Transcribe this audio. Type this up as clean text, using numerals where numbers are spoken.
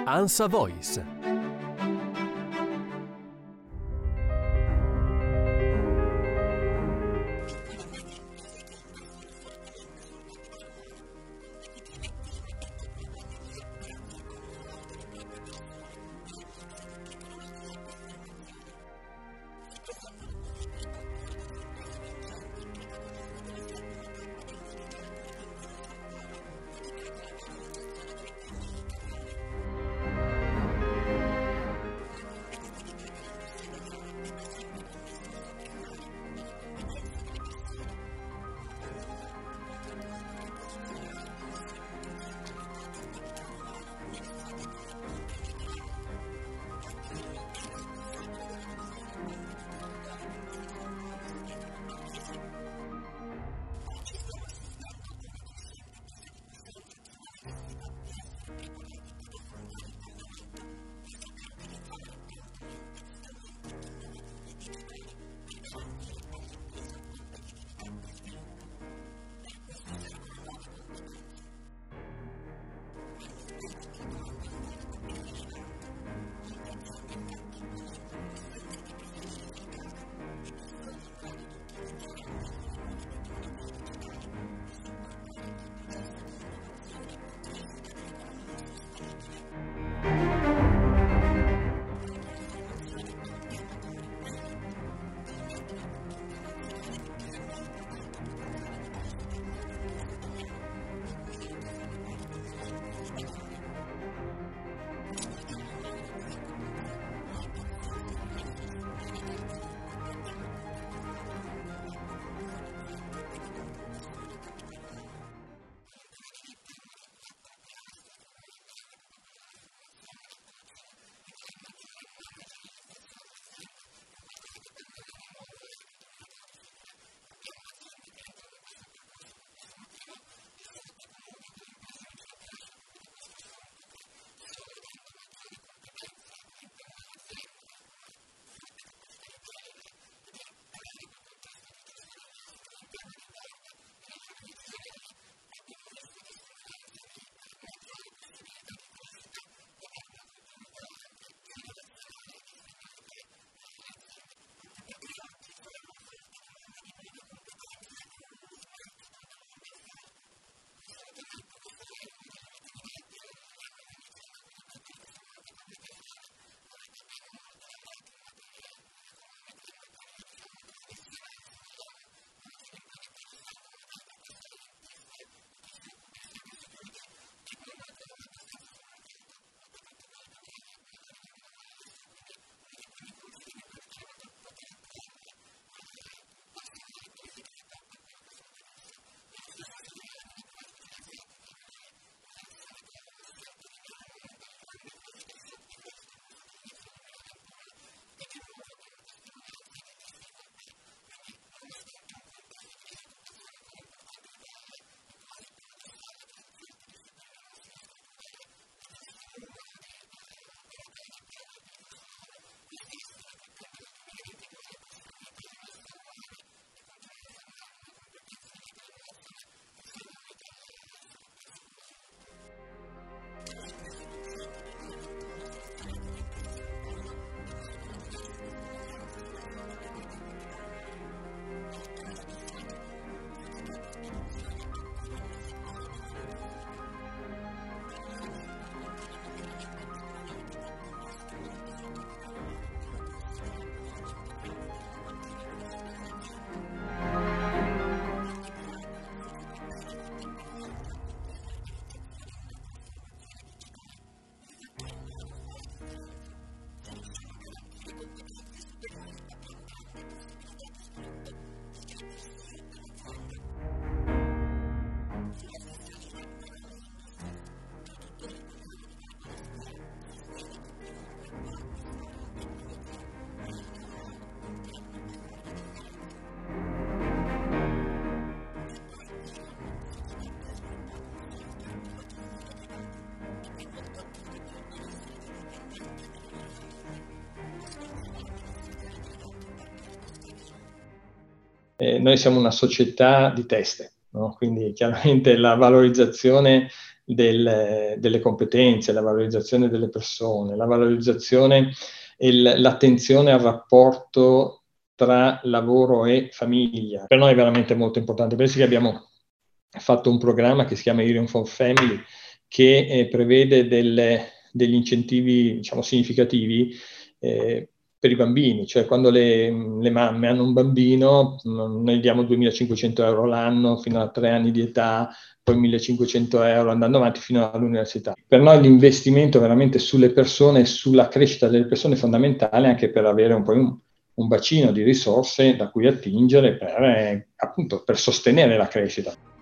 ANSA Voice. Noi siamo una società di teste, no? Quindi chiaramente la valorizzazione delle competenze, la valorizzazione delle persone, la valorizzazione e l'attenzione al rapporto tra lavoro e famiglia. Per noi è veramente molto importante. Penso che abbiamo fatto un programma che si chiama Helium for Family, che prevede degli incentivi, diciamo, significativi per i bambini, cioè quando le mamme hanno un bambino, noi diamo 2.500 euro l'anno fino a 3 anni di età, poi 1.500 euro andando avanti fino all'università. Per noi l'investimento veramente sulle persone e sulla crescita delle persone è fondamentale, anche per avere un po' un bacino di risorse da cui attingere per, appunto, per sostenere la crescita.